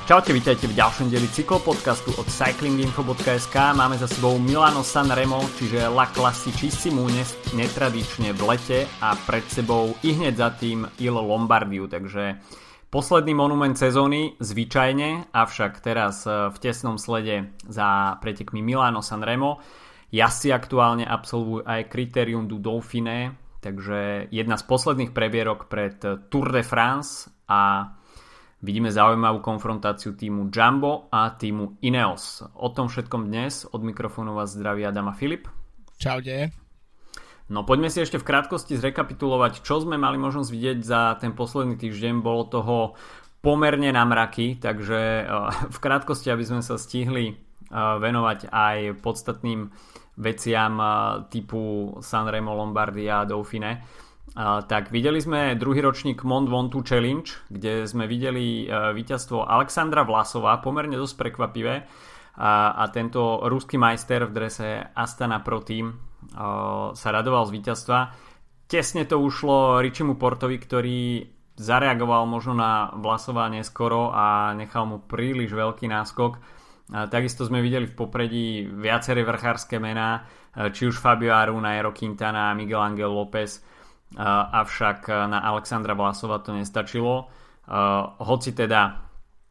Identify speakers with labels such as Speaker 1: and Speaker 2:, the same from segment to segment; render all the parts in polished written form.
Speaker 1: Čaute, vítajte v ďalšom dieli cyklopodcastu od cyclinginfo.sk. Máme za sebou Milano Sanremo, čiže La Classicissimo netradične v lete a pred sebou i hneď za tým Il Lombardiu, takže posledný monument sezóny zvyčajne, avšak teraz v tesnom slede za pretekmi Milano Sanremo. Jazdci aktuálne absolvujú aj Critérium du Dauphiné, takže jedna z posledných prebierok pred Tour de France a vidíme zaujímavú konfrontáciu týmu Jumbo a týmu Ineos. O tom všetkom dnes. Od mikrofónu vás zdraví Adam a Filip.
Speaker 2: Čaute.
Speaker 1: No poďme si ešte v krátkosti zrekapitulovať, čo sme mali možnosť vidieť za ten posledný týždeň. Bolo toho pomerne na mraky, takže v krátkosti, aby sme sa stihli venovať aj podstatným veciam typu Sanremo, Lombardia a Dauphiné. Tak videli sme druhý ročník Mont Ventoux Challenge, kde sme videli víťazstvo Alexandra Vlasova, pomerne dosť prekvapivé, a tento ruský majster v drese Astana Pro Team sa radoval z víťazstva. Tesne to ušlo Richimu Portovi, ktorý zareagoval možno na Vlasova neskoro a nechal mu príliš veľký náskok. Takisto sme videli v popredí viaceré vrchárske mená, či už Fabio Aru, Nairo Quintana, Miguel Angel López, avšak na Alexandra Vlasova to nestačilo, hoci teda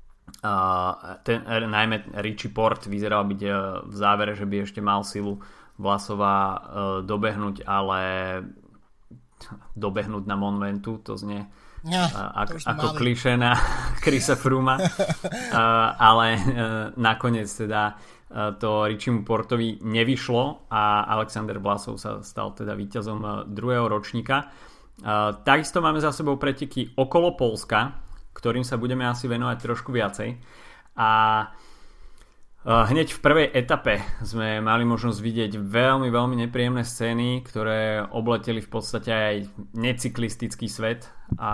Speaker 1: najmä Richie Port vyzeral byť v závere, že by ešte mal silu Vlasova dobehnúť, ale dobehnúť na Mont Ventoux to znie ako klišé na Chrisa Frooma, ale nakoniec teda to Richimu Portovi nevyšlo a Alexander Vlasov sa stal teda víťazom druhého ročníka. Takisto máme za sebou preteky okolo Poľska, ktorým sa budeme asi venovať trošku viacej. A hneď v prvej etape sme mali možnosť vidieť veľmi, veľmi nepríjemné scény, ktoré obleteli v podstate aj necyklistický svet a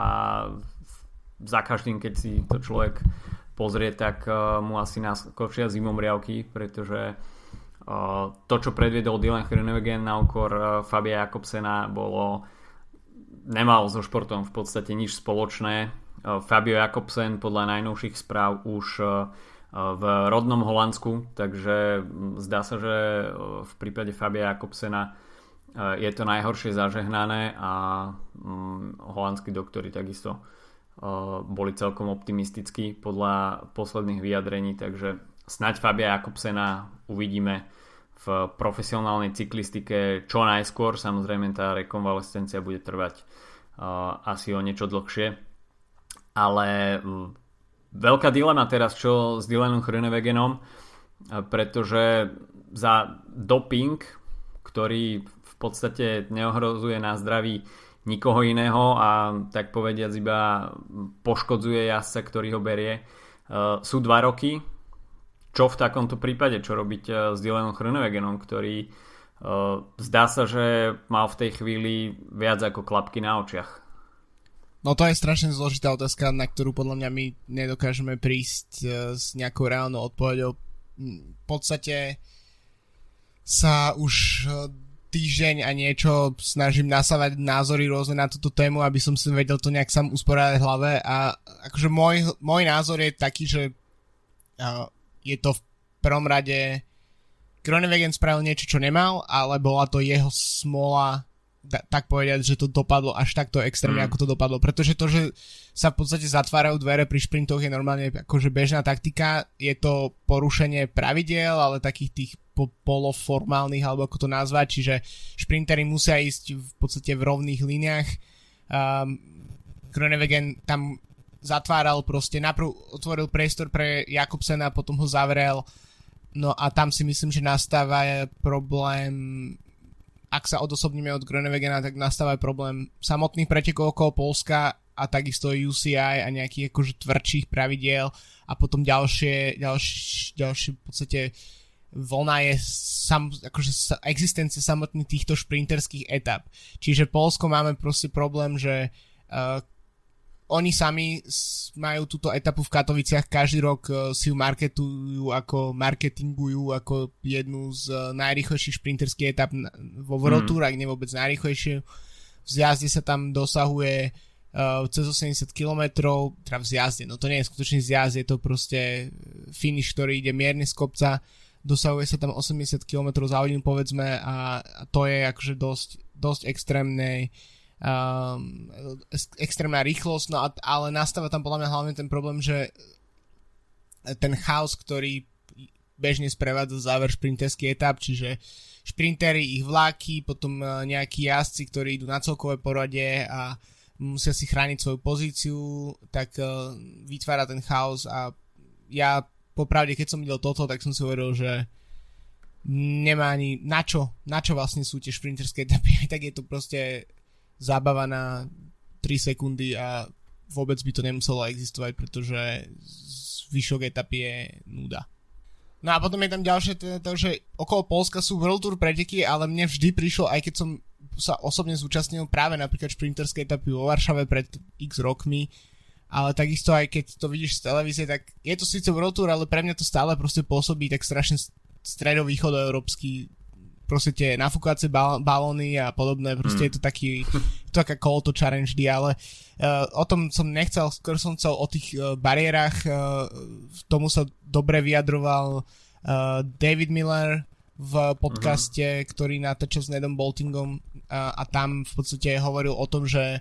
Speaker 1: za každým, keď si to človek pozrie, tak mu asi naskočia zimomriavky, pretože to, čo predviedol Dylan Groenewegen na úkor Fabia Jakobsena, nemalo so športom v podstate nič spoločné. Fabio Jakobsen podľa najnovších správ už v rodnom Holandsku, takže zdá sa, že v prípade Fabia Jakobsena je to najhoršie zažehnané a holandskí doktori takisto boli celkom optimistickí podľa posledných vyjadrení, takže snáď Fabia Jakobsena uvidíme v profesionálnej cyklistike čo najskôr. Samozrejme tá rekonvalescencia bude trvať asi o niečo dlhšie, ale veľká dilema teraz čo s Dylanom Groenewegenom, pretože za doping, ktorý v podstate neohrozuje na zdraví nikoho iného a tak povediac iba poškodzuje jazdca, ktorý ho berie, sú 2 roky. Čo v takomto prípade? Čo robiť s Dylanom Groenewegenom, ktorý zdá sa, že mal v tej chvíli viac ako klapky na očiach?
Speaker 2: No to je strašne zložitá otázka, na ktorú podľa mňa my nedokážeme prísť s nejakou reálnou odpoveďou. V podstate sa už týždeň a niečo snažím nasávať názory rôzne na túto tému, aby som si vedel to nejak sám usporiadať v hlave, a akože môj názor je taký, že je to v prvom rade Groenewegen spravil niečo, čo nemal, ale bola to jeho smola, tak povedať, že to dopadlo až takto extrémne, ako to dopadlo, pretože to, že sa v podstate zatvárajú dvere pri šprintoch, je normálne akože bežná taktika. Je to porušenie pravidiel, ale takých tých poloformálnych, alebo ako to nazvať, čiže šprintery musia ísť v podstate v rovných líniách. Groenewegen tam zatváral proste, najprv otvoril priestor pre Jakobsena, potom ho zavrel, no a tam si myslím, že nastáva problém, ak sa odosobníme od Groenewegena, tak nastáva problém samotných pretekov okolo Poľska a takisto UCI a nejakých akože tvrdších pravidiel, a potom ďalšie v podstate vlna je akože existencia samotných týchto šprinterských etap. Čiže Poľsko máme proste problém, že oni sami majú túto etapu v Katoviciach, každý rok si ju marketingujú ako jednu z najrýchlejších šprinterských etap vo World Tour, ak nie vôbec najrýchlejšie. V zjazde sa tam dosahuje cez 80 km, teda v zjazde, no to nie je skutočný zjazd, je to proste finish, ktorý ide mierne z kopca, dosahuje sa tam 80 km za hodinu povedzme a to je akože dosť extrémna rýchlosť, no ale nastáva tam podľa mňa hlavne ten problém, že ten chaos, ktorý bežne sprevádza záver šprinterských etap, čiže šprintery, ich vláky, potom nejakí jazdci, ktorí idú na celkové porade a musia si chrániť svoju pozíciu, tak vytvára ten chaos a ja popravde, keď som videl toto, tak som si hovoril, že nemá ani na čo vlastne sú tie šprinterské etapy, tak je to proste zábava na 3 sekundy a vôbec by to nemuselo existovať, pretože zvyšok etapy je nuda. No a potom je tam ďalšie to, že okolo Poľska sú World Tour preteky, ale mne vždy prišlo, aj keď som sa osobne zúčastnil práve napríklad šprinterské etapy vo Varšave pred x rokmi, ale takisto aj keď to vidíš z televízie, tak je to síce World Tour, ale pre mňa to stále proste pôsobí tak strašne stredovýchodoeurópsky, proste tie nafúkovacie balóny a podobné, proste je to taká kolotočareň vždy, ale o tom som nechcel, skôr som chcel o tých bariérach, tomu sa dobre vyjadroval David Miller v podcaste, ktorý natáčal s Nedom Boltingom a tam v podstate hovoril o tom, že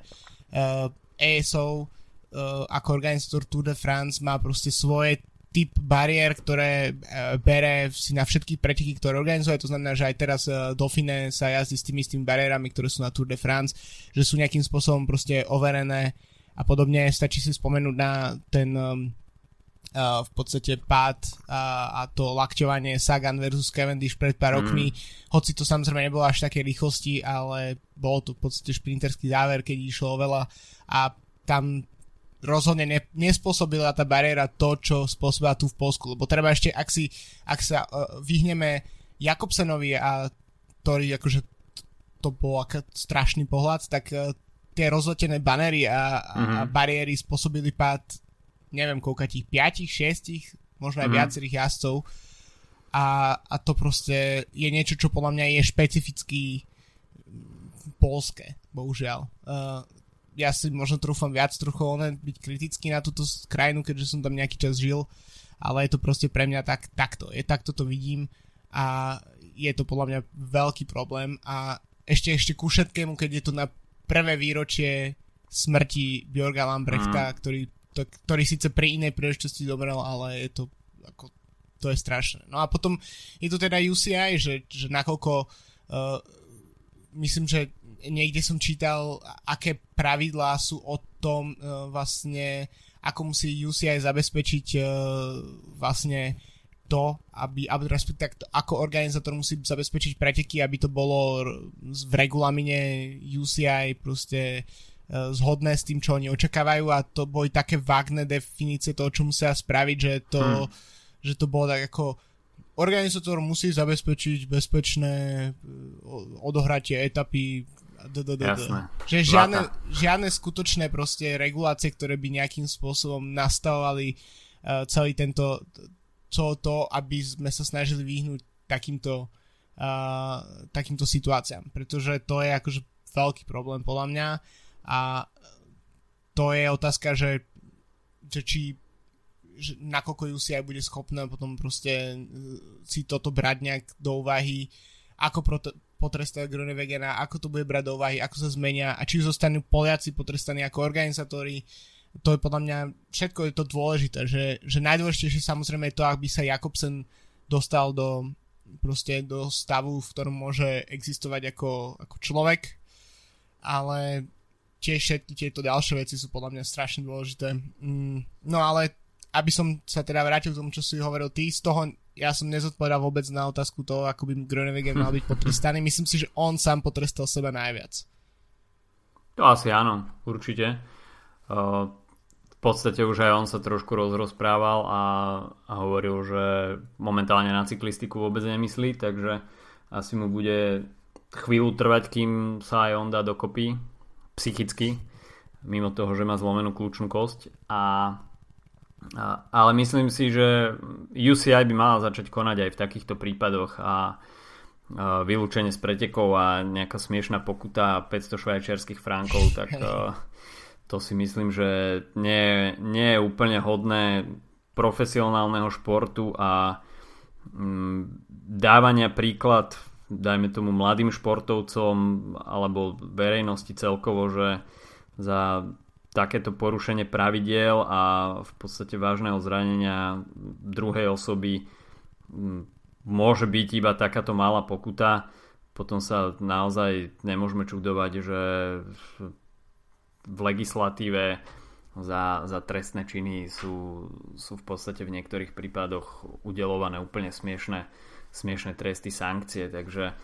Speaker 2: ASO ako organizátor Tour de France má proste svoje typ bariér, ktoré bere si na všetky preteky, ktoré organizuje. To znamená, že aj teraz Dauphine sa jazdí s tými istými bariérami, ktoré sú na Tour de France, že sú nejakým spôsobom proste overené a podobne. Stačí si spomenúť na ten v podstate pád a to lakťovanie Sagan versus Cavendish pred pár rokmi. Hoci to samozrejme nebolo až také rýchlosti, ale bolo to v podstate šprinterský záver, keď išlo veľa a tam rozhodne nespôsobila tá bariéra to, čo spôsobila tu v Poľsku, lebo treba ešte, ak sa vyhneme Jakobsenovi a ktorý akože to bol strašný pohľad, tak tie rozletené banéry a bariéry spôsobili pád neviem koľka tých 5, 6 možno aj viacerých jazdcov a to proste je niečo, čo podľa mňa je špecificky poľské, bohužiaľ. Ja si možno trúfam viac byť kritický na túto krajinu, keďže som tam nejaký čas žil, ale je to proste pre mňa takto. Takto to vidím a je to podľa mňa veľký problém a ešte ku všetkému, keď je to na prvé výročie smrti Björga Lambrechta, ktorý síce pri inej príležitosti zomrel, ale je to to je strašné. No a potom je to teda UCI, že nakoľko myslím, že niekde som čítal, aké pravidlá sú o tom vlastne, ako musí UCI zabezpečiť vlastne to, aby respektíve ako organizátor musí zabezpečiť preteky, aby to bolo v regulamine UCI proste zhodné s tým, čo oni očakávajú a to boli také vágne definície toho, čo musia spraviť, že to bolo tak ako organizátor musí zabezpečiť bezpečné odohratie etapy že žiadne skutočné proste regulácie, ktoré by nejakým spôsobom nastavovali celý to, aby sme sa snažili vyhnúť takýmto situáciám, pretože to je akože veľký problém podľa mňa a to je otázka, že nakoľko UCI bude schopné potom proste si toto brať nejak do úvahy, ako potrestať Groenewegena, ako to bude brať do úvahy, ako sa zmenia a či zostanú Poliaci potrestaní ako organizátori. To je podľa mňa, všetko je to dôležité, že najdôležitejšie samozrejme je to, aby sa Jakobsen dostal do stavu, v ktorom môže existovať ako človek, ale tiež všetky tieto ďalšie veci sú podľa mňa strašne dôležité. No ale aby som sa teda vrátil k tomu, čo si hovoril ty, z toho ja som nezodpovedal vôbec na otázku toho, ako by Groenewegen mal byť potrestaný. Myslím si, že on sám potrestal seba najviac.
Speaker 1: To asi áno, určite. V podstate už aj on sa trošku rozprával a hovoril, že momentálne na cyklistiku vôbec nemyslí, takže asi mu bude chvíľu trvať, kým sa aj on dá dokopy psychicky, mimo toho, že má zlomenú kľúčnú kosť ale myslím si, že UCI by mala začať konať aj v takýchto prípadoch a vylúčenie z pretekov a nejaká smiešná pokuta 500 švajčiarskych frankov, tak to si myslím, že nie je úplne hodné profesionálneho športu a dávania príklad, dajme tomu mladým športovcom alebo verejnosti celkovo, že za takéto porušenie pravidiel a v podstate vážneho zranenia druhej osoby môže byť iba takáto malá pokuta. Potom sa naozaj nemôžeme čudovať, že v legislatíve za trestné činy sú v podstate v niektorých prípadoch udeľované úplne smiešné tresty, sankcie, takže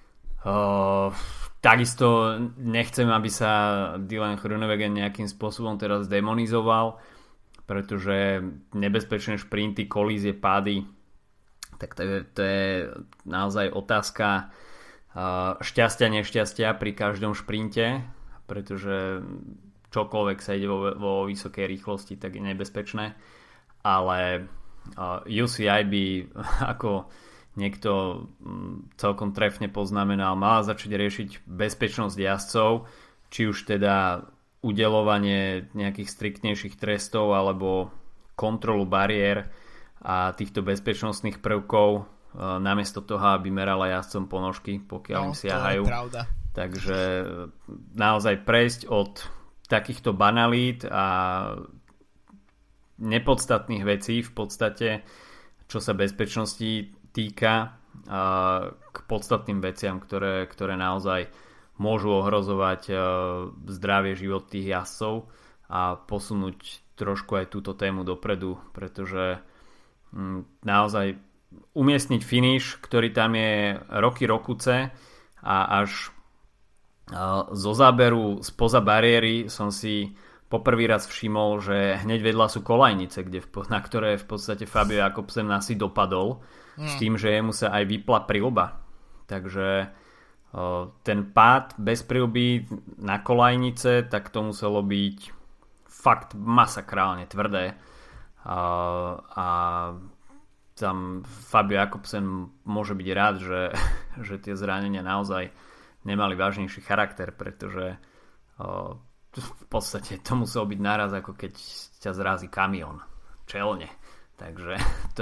Speaker 1: takisto nechcem, aby sa Dylan Groenewegen nejakým spôsobom teraz demonizoval, pretože nebezpečné šprinty, kolízie, pády, tak to je naozaj otázka šťastia, nešťastia pri každom šprinte, pretože čokoľvek sa ide vo vysokej rýchlosti, tak je nebezpečné, ale UCI by, ako niekto celkom trefne poznamenal, mala začať riešiť bezpečnosť jazdcov, či už teda udeľovanie nejakých striktnejších trestov alebo kontrolu bariér a týchto bezpečnostných prvkov namiesto toho, aby merala jazdcom ponožky, pokiaľ im siahajú. Takže naozaj prejsť od takýchto banalít a nepodstatných vecí v podstate, čo sa bezpečnosti týka, k podstatným veciam, ktoré naozaj môžu ohrozovať zdravie, život tých jazdcov a posunúť trošku aj túto tému dopredu, pretože naozaj umiestniť finish, ktorý tam je rokuce a až zo záberu spoza bariéry som si poprvý raz všimol, že hneď vedľa sú kolajnice, na ktoré v podstate Fabio Jakobsen asi dopadol s tým, že jemu sa aj vypla prilba. Takže ten pád bez prilby na kolajnice, tak to muselo byť fakt masakrálne tvrdé a tam Fabio Jakobsen môže byť rád, že tie zranenia naozaj nemali vážnejší charakter, pretože v podstate to muselo byť naraz, ako keď ťa zrazí kamión čelne. Takže to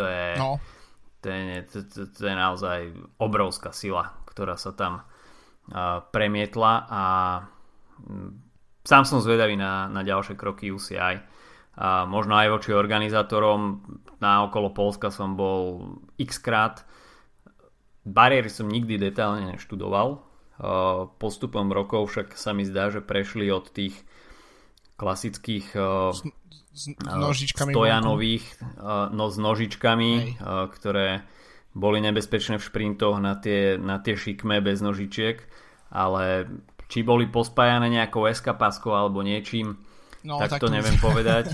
Speaker 1: je naozaj obrovská sila, ktorá sa tam premietla a sám som zvedavý na ďalšie kroky UCI. A možno aj voči organizátorom. Na okolo Poľska som bol x-krát. Bariéry som nikdy detailne neštudoval. Postupom rokov však sa mi zdá, že prešli od tých klasických stojanových s nožičkami, ktoré boli nebezpečné v šprintoch na tie šikme bez nožičiek, ale či boli pospájané nejakou eskapáskou alebo niečím, tak to neviem povedať,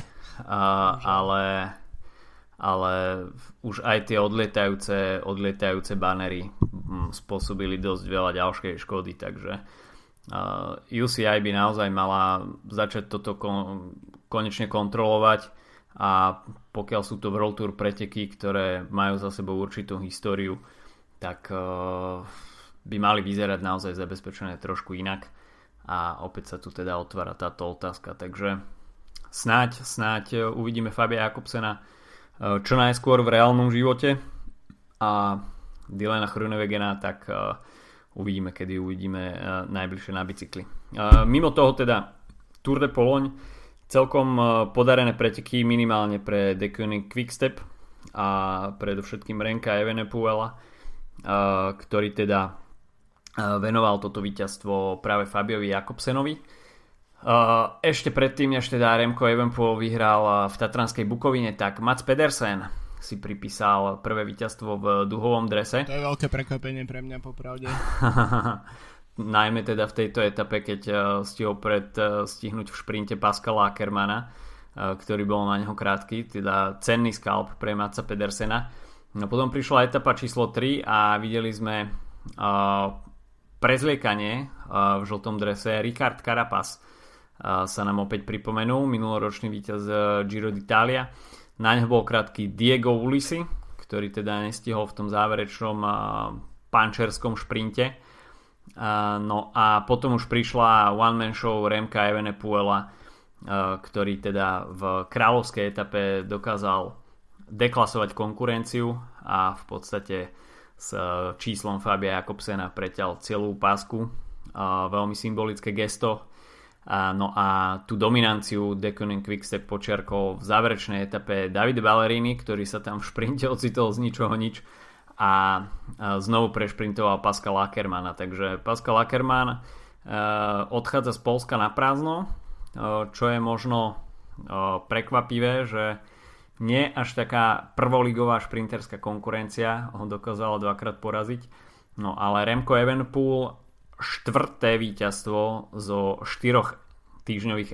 Speaker 1: ale už aj tie odlietajúce banery spôsobili dosť veľa ďalšej škody, takže UCI by naozaj mala začať toto konečne kontrolovať a pokiaľ sú to World Tour preteky, ktoré majú za sebou určitú históriu, tak by mali vyzerať naozaj zabezpečené trošku inak a opäť sa tu teda otvára táto otázka, takže snáď uvidíme Fabia Jakobsena čo najskôr v reálnom živote a Dylana Groenewegena tak uvidíme, kedy uvidíme najbližšie na bicykli. Mimo toho teda Tour de Pologne, celkom podarené preteky minimálne pre Deceuninck Quickstep a predovšetkým Remka Evenepoela, ktorý teda venoval toto víťazstvo práve Fabiovi Jakobsenovi. Ešte predtým, než teda Remco Evenepoel vyhral v Tatranskej Bukovine, tak Mats Pedersen si pripísal prvé víťazstvo v duhovom drese.
Speaker 2: To je veľké prekvapenie pre mňa, popravde.
Speaker 1: Najmä teda v tejto etape, keď stihol stihnúť v šprinte Pascala Ackermana, ktorý bol na neho krátky, teda cenný skalp pre Matsa Pedersena. No potom prišla etapa číslo 3 a videli sme prezliekanie v žltom drese. Ricard Carapaz sa nám opäť pripomenul, minuloročný víťaz Giro d'Italia. Na neho bol krátky Diego Ulissi, ktorý teda nestihol v tom záverečnom pančerskom šprinte. No a potom už prišla one man show Remka Evenepoela, ktorý teda v kráľovskej etape dokázal deklasovať konkurenciu a v podstate s číslom Fabia Jakobsena preťal celú pásku. Veľmi symbolické gesto. No a tú dominanciu Deceuninck Quickstep počiarkol v záverečnej etape Davide Ballerini, ktorý sa tam v šprinte ocitol z ničoho nič a znovu prešprintoval Pascala Ackermanna. Takže Pascal Ackermann odchádza z Poľska na prázdno, čo je možno prekvapivé, že nie až taká prvoligová šprinterská konkurencia ho dokázala dvakrát poraziť. No ale Remco Evenepoel 4. víťazstvo zo 4 týždňových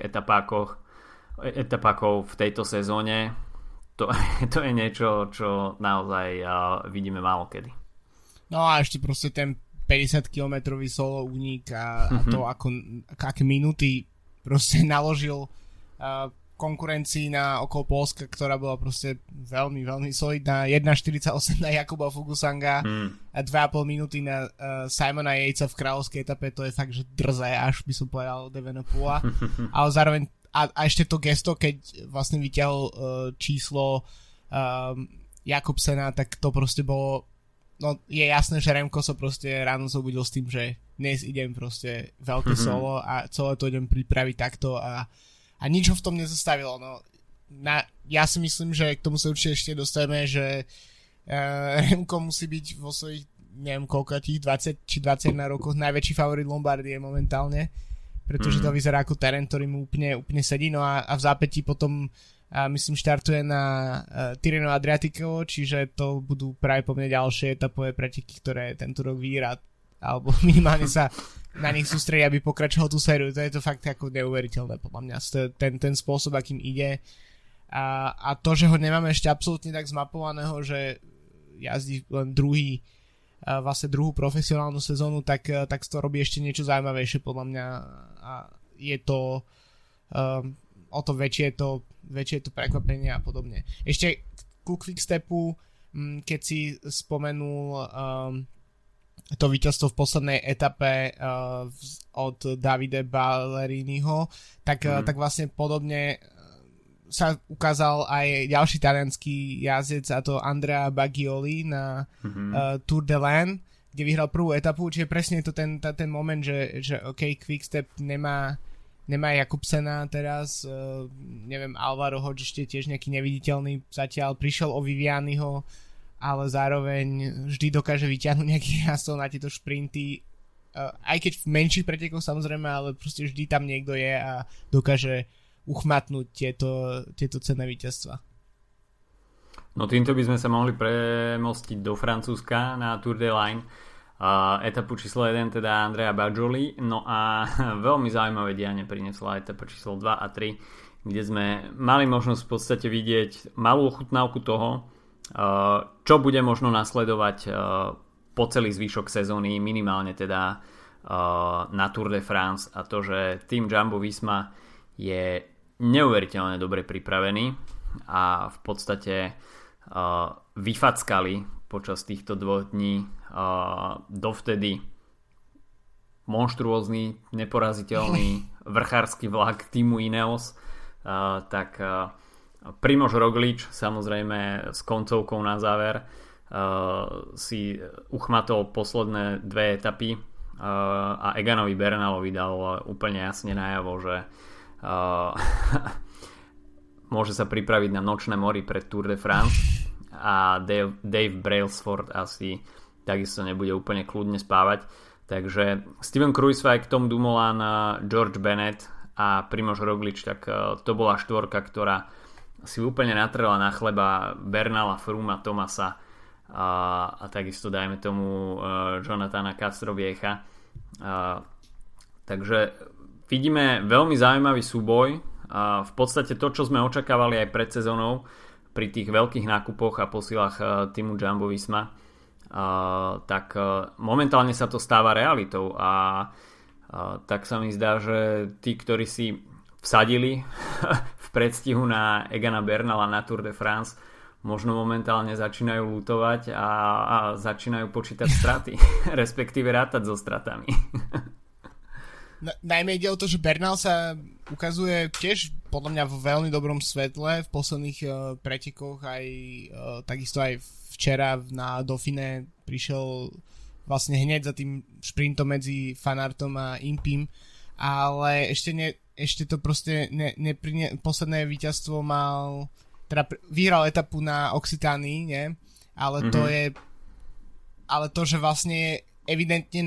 Speaker 1: etapákov v tejto sezóne. To je niečo, čo naozaj vidíme málo kedy.
Speaker 2: No a ešte proste ten 50-kilometrový solo únik a to, aké minúty proste naložil konkurencii na okolo Poľska, ktorá bola proste veľmi, veľmi solidná. 1.48 na Jakuba Fugusanga a 2,5 minúty na Simona Yatesa v kráľovskej etape, to je fakt, že drzé, až by som povedal Evenepoela. Ale zároveň a ešte to gesto, keď vlastne vyťahol číslo Jakobsena, tak to proste bolo, no je jasné, že Remko sa proste ráno zobudil s tým, že dnes idem proste veľké solo a celé to idem pripraviť takto a nič ho v tom nezastavilo. No, ja si myslím, že k tomu sa určite ešte dostaneme, že Remko musí byť vo svojich, neviem koľko, tých 20 či 21 rokoch najväčší favorit Lombardie momentálne, pretože to vyzerá ako terén, ktorý mu úplne sedí. No a v zápätí potom myslím štartuje na Tirreno Adriatico, čiže to budú práve po mne ďalšie etapové preteky, ktoré tento rok vyhrá, alebo minimálne sa na nich sústredí, aby pokračoval tú sériu. To je to fakt ako neuveriteľné podľa mňa. Ten spôsob, akým ide. A to, že ho nemáme ešte absolútne tak zmapovaného, že jazdí len vlastne druhú profesionálnu sezónu, tak to robí ešte niečo zaujímavejšie podľa mňa. A je to o to väčšie je to prekvapenie a podobne. Ešte ku Quickstepu, keď si spomenul to víťazstvo v poslednej etape od Davide Balleriniho, tak vlastne podobne sa ukázal aj ďalší taliansky jazdec, a to Andrea Baggioli na Tour de l'Ain, kde vyhral prvú etapu, čiže presne je to ten moment, že OK, Quickstep nemá Jakobsena teraz, neviem, Alvaro Hodge ešte tiež nejaký neviditeľný zatiaľ, prišiel o Vivianiho, ale zároveň vždy dokáže vyťahnuť nejaký jazdcov na tieto šprinty, aj keď v menších pretekoch samozrejme, ale proste vždy tam niekto je a dokáže uchmatnúť tieto cenné víťazstva.
Speaker 1: No týmto by sme sa mohli premostiť do Francúzska na Tour de l'Ain. Etapu číslo 1 teda Andrea Baggioli. No a veľmi zaujímavé dianie priniesla etapa číslo 2 a 3, kde sme mali možnosť v podstate vidieť malú ochutnávku toho, čo bude možno nasledovať po celý zvyšok sezóny, minimálne teda na Tour de France, a to, že tým Jumbo Visma je neuveriteľne dobre pripravený a v podstate vyfackali počas týchto 2 dní dovtedy monštruózny, neporaziteľný vrchársky vlak týmu Ineos, tak Primož Roglič samozrejme s koncovkou na záver si uchmatol posledné 2 etapy a Eganovi Bernalovi dal úplne jasne najavo, že môže sa pripraviť na nočné mori pred Tour de France a Dave Brailsford asi takisto nebude úplne kľudne spávať. Takže Steven Kruijswijk, Tom Dumoulin, George Bennett a Primož Roglič, tak to bola štvorka, ktorá si úplne natrela na chleba Bernala, Frooma, Thomasa a takisto dajme tomu Jonathana Castroviecha. Takže vidíme veľmi zaujímavý súboj. V podstate to, čo sme očakávali aj pred sezónou pri tých veľkých nákupoch a posilách týmu Jumbo Visma, tak momentálne sa to stáva realitou a tak sa mi zdá, že tí, ktorí si vsadili v predstihu na Egana Bernala na Tour de France, možno momentálne začínajú lutovať a začínajú počítať straty, respektíve rátať so stratami.
Speaker 2: Najmä ide o to, že Bernal sa ukazuje tiež podľa mňa v veľmi dobrom svetle v posledných pretekoch, aj takisto aj včera na Dauphine prišiel vlastne hneď za tým šprintom medzi Fanartom a Impim, ale ešte to proste posledné víťazstvo mal, teda vyhral etapu na Occitánii, nie? Ale to je, ale to, že vlastne je evidentne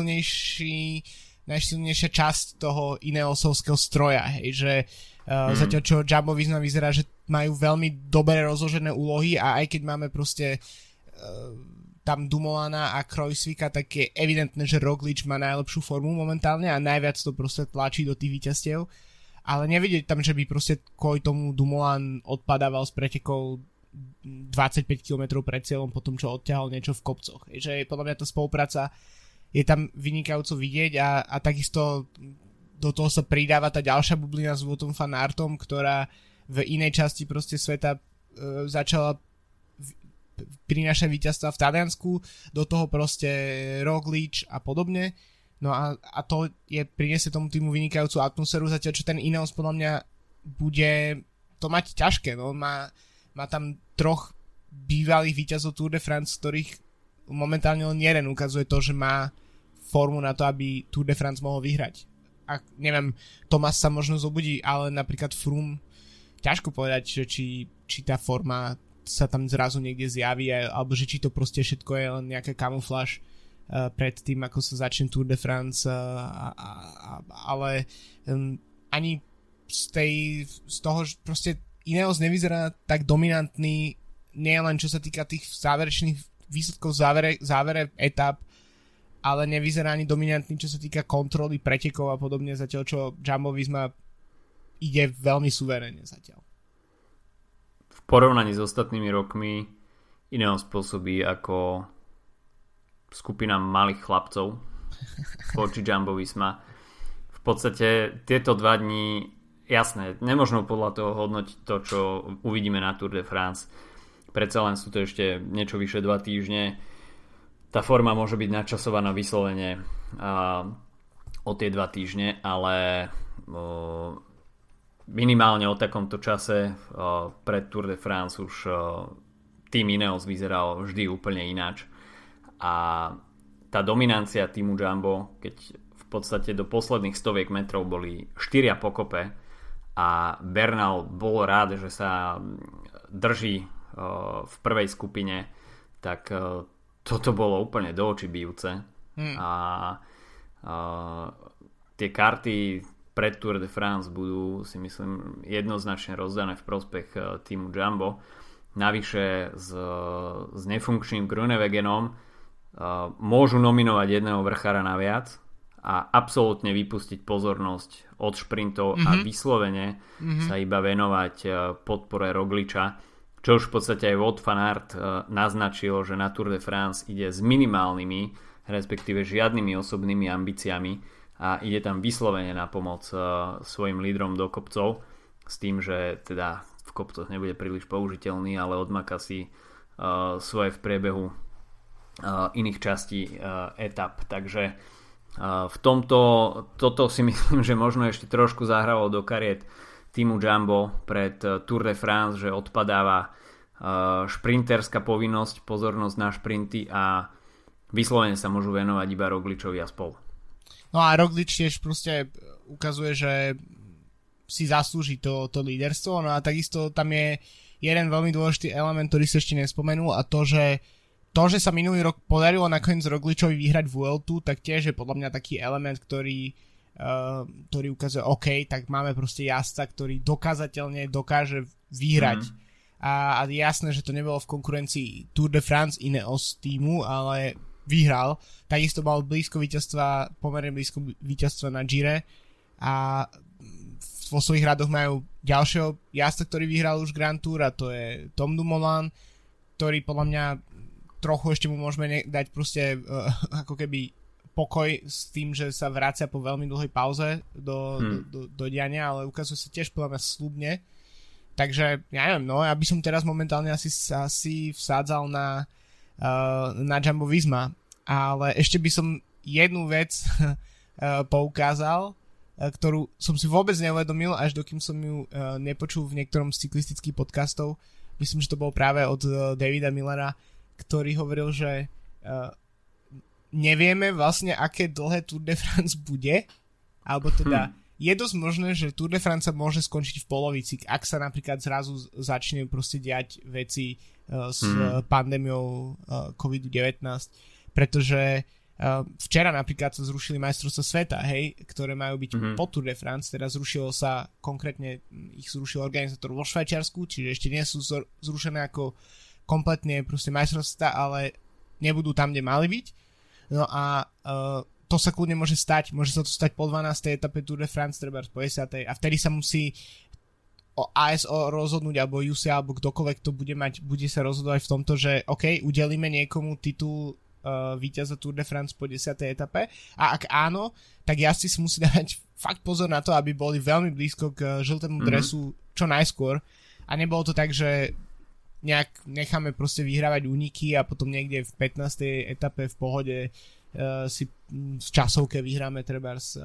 Speaker 2: najsilnejšia časť toho Ineosovského stroja, hej, že zatiaľ čo Jumbo Visma vyzerá, že majú veľmi dobre rozložené úlohy a aj keď máme proste tam Dumoulina a Kruijswijka, tak je evidentné, že Roglič má najlepšiu formu momentálne a najviac to proste tlačí do tých víťazstiev, ale nevidieť tam, že by proste kvôli tomu Dumoulin odpadával z pretekov 25 km pred cieľom po tom, čo odťahol niečo v kopcoch. Že podľa mňa tá spolupráca je tam vynikajúco vidieť a takisto do toho sa pridáva tá ďalšia bublina s Woutom van Aertom, ktorá v inej časti proste sveta začala prinášať víťazstva v Taliansku, do toho proste Roglič a podobne. No a to priniesie tomu týmu vynikajúcu atmosféru, zatiaľ čo ten Ineos podľa mňa bude to mať ťažké. No. Má tam troch bývalých víťazov Tour de France, ktorých momentálne len jeden ukazuje to, že má formu na to, aby Tour de France mohol vyhrať. A neviem, Thomas sa možno zobudí, ale napríklad Froome, ťažko povedať, že či tá forma sa tam zrazu niekde zjaví, alebo že či to proste všetko je len nejaká kamufláž pred tým, ako sa začne Tour de France, ale ani z toho, že proste Ineos nevyzerá tak dominantný, nie len čo sa týka tých záverečných výsledkov v závere etap, ale nevyzerá ani dominantný, čo sa týka kontroly pretekov a podobne, zatiaľ čo Jumbo Visma ide veľmi suverénne zatiaľ.
Speaker 1: V porovnaní s ostatnými rokmi Ineos pôsobí ako skupina malých chlapcov voči Jumbo Visma. V podstate tieto 2 dní, jasné, nemožno podľa toho hodnotiť to, čo uvidíme na Tour de France. Predsa len sú to ešte niečo vyše 2 týždne. Tá forma môže byť načasovaná vyslovene o tie 2 týždne, ale minimálne o takomto čase pred Tour de France už tým Ineos vyzeral vždy úplne ináč. A tá dominancia týmu Jumbo, keď v podstate do posledných 100 metrov boli 4 pokope a Bernal bol rád, že sa drží v prvej skupine, tak toto bolo úplne do očí bijúce. A tie karty pred Tour de France budú, si myslím, jednoznačne rozdané v prospech týmu Jumbo. Navyše s nefunkčným Groenewegenom môžu nominovať jedného vrchára naviac a absolútne vypustiť pozornosť od šprintov a vyslovene sa iba venovať podpore Rogliča, čo už v podstate aj Wout van Aert naznačil, že na Tour de France ide s minimálnymi, respektíve žiadnymi osobnými ambíciami a ide tam vyslovene na pomoc svojim lídrom do kopcov s tým, že teda v kopcoch nebude príliš použiteľný, ale odmaka si svoje v priebehu iných častí etap. Takže v toto si myslím, že možno ešte trošku zahralo do kariet týmu Jumbo pred Tour de France, že odpadáva šprinterská povinnosť, pozornosť na šprinty a vyslovene sa môžu venovať iba Rogličovi a spolu.
Speaker 2: No a Roglič tiež proste ukazuje, že si zaslúži to líderstvo, no a takisto tam je jeden veľmi dôležitý element, ktorý sa ešte nespomenul, a to, že sa minulý rok podarilo nakoniec Rogličovi vyhrať Vueltu, tak tiež je podľa mňa taký element, ktorý ukazuje, OK, tak máme proste jazdca, ktorý dokázateľne dokáže vyhrať. A je jasné, že to nebolo v konkurencii Tour de France Ineos týmu, ale vyhral. Takisto mal pomerne blízko víťazstva na Gire a vo svojich radoch majú ďalšieho jazdca, ktorý vyhral už Grand Tour, a to je Tom Dumoulin, ktorý podľa mňa trochu ešte mu môžeme dať proste ako keby pokoj s tým, že sa vracia po veľmi dlhej pauze do diania, ale ukazuje sa tiež podľa mňa slubne. Takže ja neviem, no ja by som teraz momentálne asi vsádzal na Jumbo Visma, ale ešte by som jednu vec poukázal, ktorú som si vôbec neuvedomil, až dokým som ju nepočul v niektorom z cyklistických podcastov. Myslím, že to bol práve od Davida Millera, ktorý hovoril, že nevieme vlastne, aké dlhé Tour de France bude, alebo teda je dosť možné, že Tour de France sa môže skončiť v polovici, ak sa napríklad zrazu začne proste diať veci s pandémiou COVID-19, pretože včera napríklad sa zrušili majstrovstvá sveta, hej, ktoré majú byť po Tour de France, teda zrušilo sa, konkrétne ich zrušil organizátor vo Švajčiarsku, čiže ešte nie sú zrušené ako kompletne proste majstrovstvá, ale nebudú tam, kde mali byť. No a to sa kľudne môže stať, môže sa to stať po 12. etape Tour de France, treba po 10. a vtedy sa musí ASO rozhodnúť, alebo UCI, alebo kdokoľvek to bude sa rozhodovať v tomto, že OK, udelíme niekomu titul víťaza Tour de France po 10. etape a ak áno, tak jazdci si musí dávať fakt pozor na to, aby boli veľmi blízko k žltému dresu čo najskôr a nebolo to tak, že nejak necháme proste vyhrávať úniky a potom niekde v 15. etape v pohode si v časovke vyhráme trebárs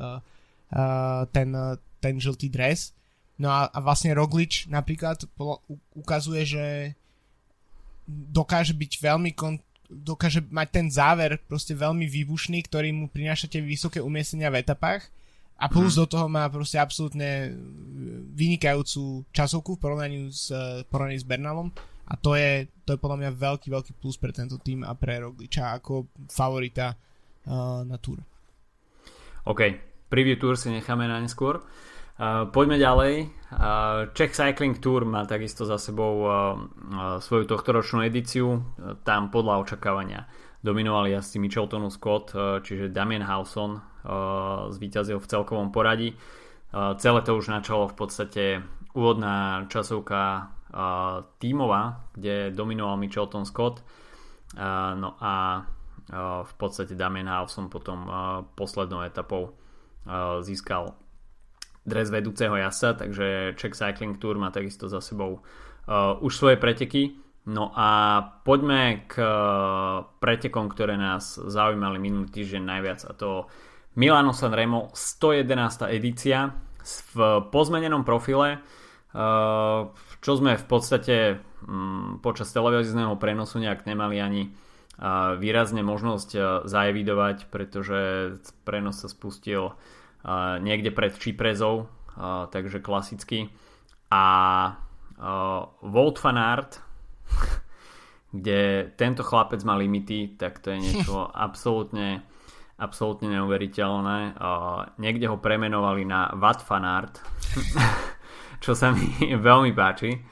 Speaker 2: ten žltý dres. No a vlastne Roglič napríklad ukazuje, že dokáže mať ten záver proste veľmi výbušný, ktorý mu prináša tie vysoké umiestnenia v etapách a plus do toho má proste absolútne vynikajúcu časovku v porovnaní s Bernalom a to je podľa mňa veľký plus pre tento tým a pre Rogliča ako favorita na Tour.
Speaker 1: OK, preview Tour si necháme na neskôr. Poďme ďalej. Czech Cycling Tour má takisto za sebou svoju tohtoročnú edíciu. Tam podľa očakávania dominovali jazdci Mitcheltonu Scott, čiže Damien Hawson zvíťazil v celkovom poradí. Celé to už načalo v podstate úvodná časovka tímová, kde dominoval Mitchelton Scott. No a v podstate Damien Hawson potom poslednou etapou získal dres vedúceho jazdca, takže Czech Cycling Tour má takisto za sebou už svoje preteky. No a poďme k pretekom, ktoré nás zaujímali minulý týždeň najviac, a to Milano Sanremo 111. edícia v pozmenenom profile, čo sme v podstate počas televízneho prenosu nejak nemali ani výrazne možnosť zaevidovať, pretože prenos sa spustil niekde pred Ciprezou, takže klasicky, a Wout van Aert, kde tento chlapec má limity, tak to je niečo absolútne neuveriteľné. Niekde ho premenovali na Wout van Aert, čo sa mi veľmi páči,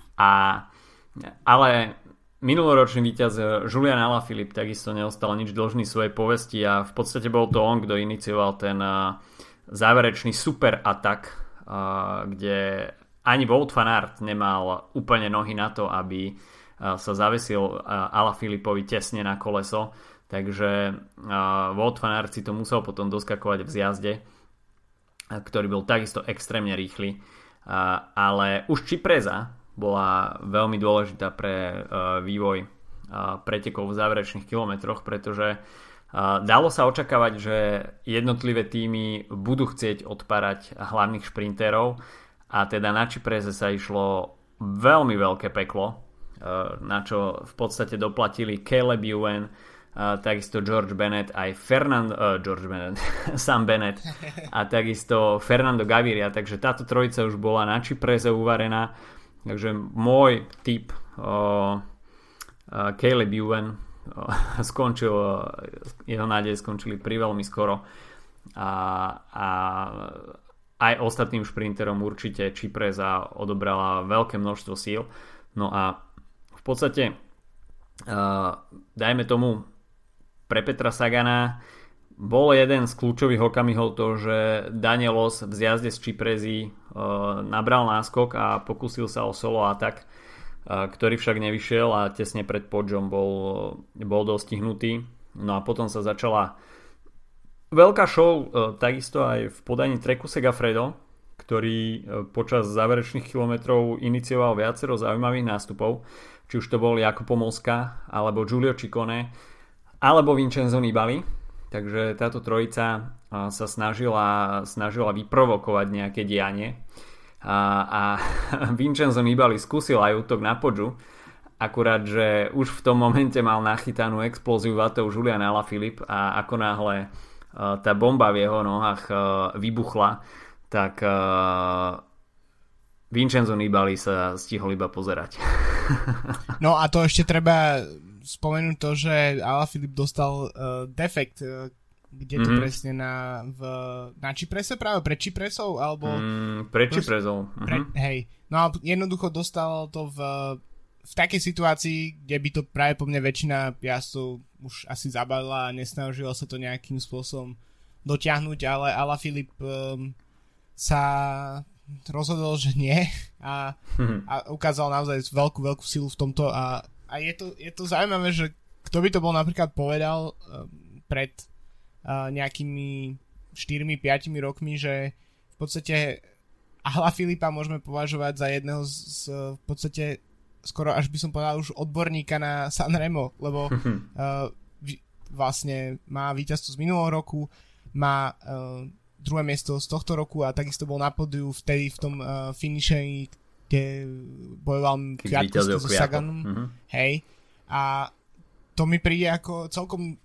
Speaker 1: ale minuloročný víťaz Julian Alaphilippe takisto neostal nič dlžný svojej povesti a v podstate bol to on, kto inicioval ten záverečný super atak, kde ani Wout van Aert nemal úplne nohy na to, aby sa zavesil Alaphilippovi tesne na koleso, takže Wout van Aert si to musel potom doskakovať v zjazde, ktorý bol takisto extrémne rýchly, ale už Cipreza bola veľmi dôležitá pre vývoj pretekov v záverečných kilometroch, pretože dalo sa očakávať, že jednotlivé týmy budú chcieť odpárať hlavných šprinterov a teda na Cipreze sa išlo veľmi veľké peklo, na čo v podstate doplatili Caleb Ewan, takisto George Bennett, aj Sam Bennett a takisto Fernando Gaviria, takže táto trojica už bola na Cipreze uvarená, takže môj tip Caleb Ewan skončil, jeho nádeje skončili priveľmi skoro a aj ostatným šprinterom určite Cipreza odobrala veľké množstvo síl. No a v podstate dajme tomu, pre Petra Sagana bol jeden z kľúčových okamihov to, že Danielos v zjazde z Ciprezy nabral náskok a pokúsil sa o solo atak, ktorý však nevyšiel a tesne pred Podžom bol dostihnutý. No a potom sa začala veľká show, takisto aj v podaní Treku Segafredo, ktorý počas záverečných kilometrov inicioval viacero zaujímavých nástupov, či už to bol Jacopo Mosca alebo Giulio Ciccone alebo Vincenzo Nibali. Takže táto trojica sa snažila vyprovokovať nejaké dianie a Vincenzo Nibali skúsil aj útok na Poggiu, akurát, že už v tom momente mal nachytanú explóziu vatov Julian Alaphilippe a ako náhle tá bomba v jeho nohách vybuchla, tak Vincenzo Nibali sa stihol iba pozerať.
Speaker 2: No a to ešte treba spomenúť to, že Alaphilippe dostal defekt, kde to presne na Čiprese práve? Pred Čipresou? Alebo
Speaker 1: pred Čipresou.
Speaker 2: Hej. No a jednoducho dostal to v takej situácii, kde by to práve po mne väčšina jazdcov už asi zabalila a nesnažila sa to nejakým spôsobom dotiahnuť, ale Alaphilippe sa rozhodol, že nie a ukázal naozaj veľkú silu v tomto a je to zaujímavé, že kto by to bol napríklad povedal pred nejakými 4-5 rokmi, že v podstate Alaphilippa môžeme považovať za jedného z v podstate skoro až by som povedal už odborníka na Sanremo, lebo vlastne má víťazstvo z minulého roku, má druhé miesto z tohto roku a takisto bol na pódiu vtedy v tom finiši, kde bojoval Kwiatkowski so Saganom. Hej. A to mi príde ako celkom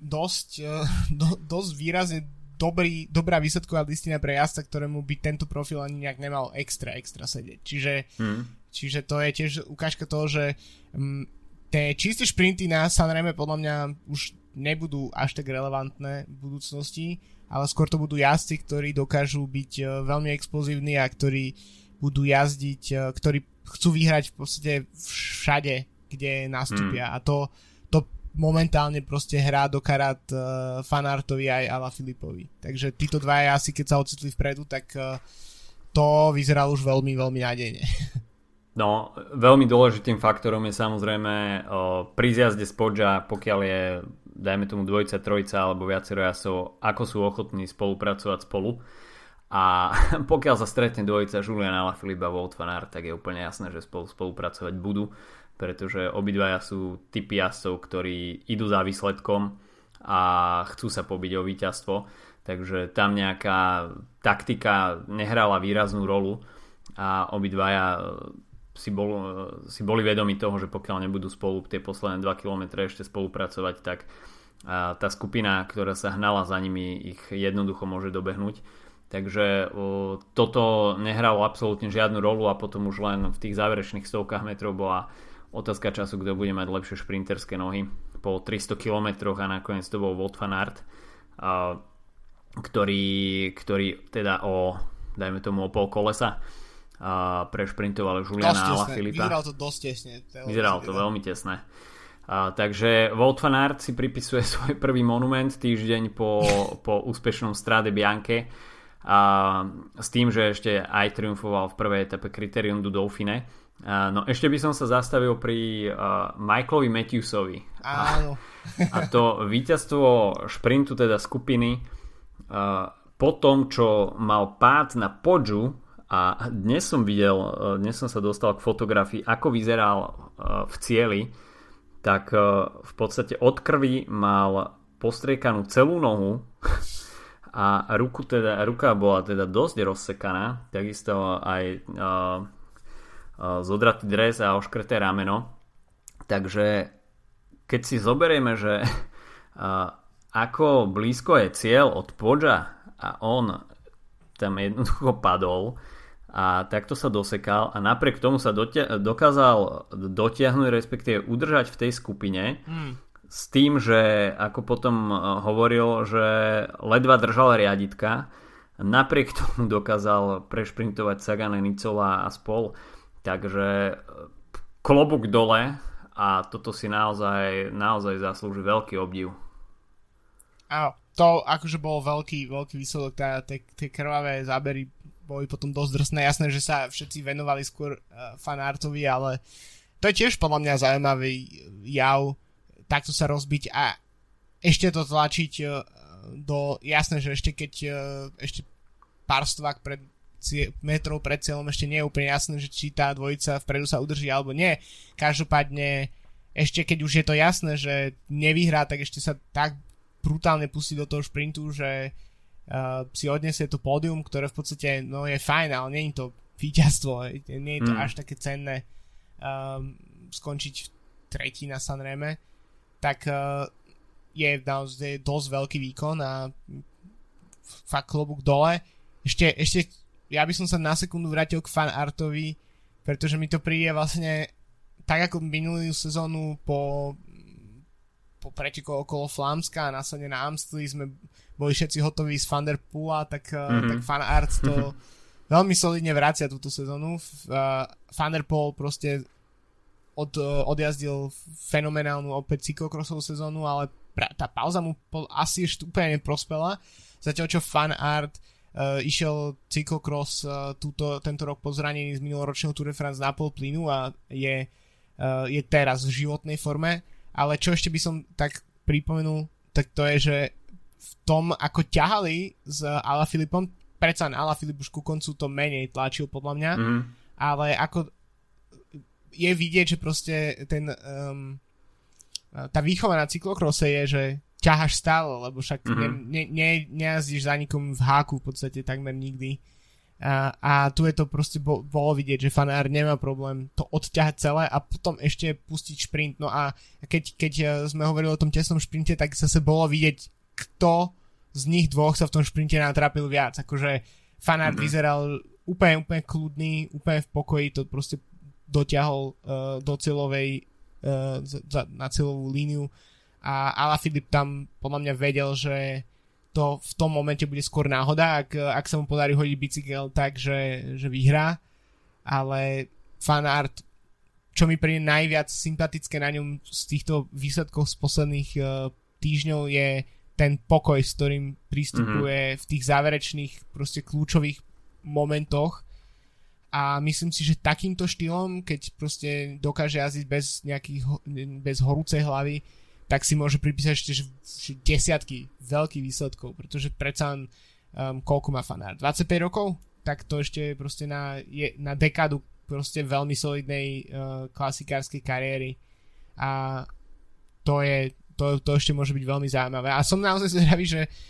Speaker 2: dosť výrazne dobrá výsledková listina pre jazdca, ktorému by tento profil ani nejak nemal extra sedieť. Čiže to je tiež ukážka toho, že tie čisté šprinty na Sanreme podľa mňa už nebudú až tak relevantné v budúcnosti, ale skôr to budú jazdci, ktorí dokážu byť veľmi explozívni a ktorí budú jazdiť, ktorí chcú vyhrať v podstate všade, kde nastúpia. A to momentálne proste hrá do karát Fanartovi aj Alaphilippovi. Takže títo dvaja asi keď sa ocitli vpredu, tak to vyzeralo už veľmi, veľmi nádejne.
Speaker 1: No, veľmi dôležitým faktorom je samozrejme pri zjazde z Poggia, pokiaľ je, dajme tomu dvojica, trojica alebo viacero jazdcov, ako sú ochotní spolupracovať spolu. A pokiaľ sa stretne dvojica Julian Alaphilippe a Wout van Aert, tak je úplne jasné, že spolupracovať budú, pretože obidvaja sú typy jazdcov, ktorí idú za výsledkom a chcú sa pobiť o víťazstvo. Takže tam nejaká taktika nehrala výraznú rolu a obidvaja si boli vedomi toho, že pokiaľ nebudú spolu tie posledné 2 km ešte spolupracovať, tak tá skupina, ktorá sa hnala za nimi, ich jednoducho môže dobehnúť. Takže toto nehralo absolútne žiadnu rolu a potom už len v tých záverečných stovkách metrov bola otázka času, kto bude mať lepšie šprinterské nohy. Po 300 km a nakoniec to bol Wout van Aert, ktorý teda dajme tomu o pol kolesa prešprintoval Juliana Alaphilippa.
Speaker 2: Vyzeral to dosť tesne.
Speaker 1: Vyzeralo to veľmi tesné. Takže Wout van Aert si pripisuje svoj prvý monument týždeň po úspešnom Strade Bianche s tým, že ešte aj triumfoval v prvej etape Critérium du Dauphiné. No ešte by som sa zastavil pri Michaelovi Matthewsovi.
Speaker 2: Áno.
Speaker 1: A to víťazstvo šprintu teda skupiny po tom, čo mal pád na Poggiu. A dnes som sa dostal k fotografii, ako vyzeral v cieli, tak v podstate od krvi mal postriekanú celú nohu a ruka bola teda dosť rozsekaná, takisto aj zodratý dres a oškrté rameno. Takže keď si zoberieme, že ako blízko je cieľ od Poggia a on tam jednoducho padol a takto sa dosekal a napriek tomu sa dokázal dotiahnuť, respektíve udržať v tej skupine s tým, že ako potom hovoril, že ledva držal riaditka, napriek tomu dokázal prešprintovať Sagan, Nicola a spol. Takže klobúk dole a toto si naozaj zaslúži veľký obdiv.
Speaker 2: Áno, to akože bol veľký výsledok, tie krvavé zábery boli potom dosť drsné. Jasné, že sa všetci venovali skôr Van Aertovi, ale to je tiež podľa mňa zaujímavý jav, takto sa rozbiť a ešte to tlačiť do... Jasné, že ešte keď ešte pár stovák metrov pred cieľom ešte nie je úplne jasné, že či tá dvojica vpredu sa udrží alebo nie. Každopádne ešte keď už je to jasné, že nevyhrá, tak ešte sa tak brutálne pustiť do toho šprintu, že si odniesie to pódium, ktoré v podstate je fajn, ale nie je to víťazstvo, nie je to až také cenné skončiť v tretí na Sanreme, tak je naozaj dosť veľký výkon a fakt klobúk dole. Ešte ja by som sa na sekundu vrátil k fanartovi, pretože mi to príde vlastne tak ako minulú sezónu po preteku okolo Flámska a následne na Amstli sme boli všetci hotoví z Van der Poola, tak fanart to veľmi solidne vracia túto sezónu. Van der Poel proste odjazdil fenomenálnu opäť cyklocrossovú sezónu, ale tá pauza mu asi ešte úplne neprospela. Zatiaľ čo fanart išiel cyklocross tento rok po zranení z minuloročného Tour de France na pol plynu a je teraz v životnej forme. Ale čo ešte by som tak pripomenul, tak to je, že v tom, ako ťahali s Alaphilippom, predsa Alaphilipp už ku koncu to menej tlačil podľa mňa, ale ako je vidieť, že proste tá výchova na cyklocrosse je, že ťaháš stále, lebo však nejazdíš za nikom v háku v podstate takmer nikdy. A tu je to proste bolo vidieť, že fanár nemá problém to odťahať celé a potom ešte pustiť šprint. No a keď sme hovorili o tom tesnom šprinte, tak zase bolo vidieť, kto z nich dvoch sa v tom šprinte natrápil viac. Akože fanár vyzeral úplne kľudný, úplne v pokoji, to proste dotiahol do cieľovej na cieľovú líniu a Alaphilipp tam podľa mňa vedel, že to v tom momente bude skôr náhoda, ak sa mu podarí hodiť bicykel tak, že vyhrá, ale fanart, čo mi príde najviac sympatické na ňom z týchto výsledkov z posledných týždňov je ten pokoj, s ktorým prístupuje v tých záverečných proste kľúčových momentoch a myslím si, že takýmto štýlom, keď proste dokáže jazdiť bez horúcej hlavy, tak si môže pripísať ešte desiatky veľkých výsledkov, pretože predsa koľko má fanár? 25 rokov? Tak to ešte proste na dekádu proste veľmi solidnej klasikárskej kariéry a to ešte môže byť veľmi zaujímavé. A som naozaj zvedavý,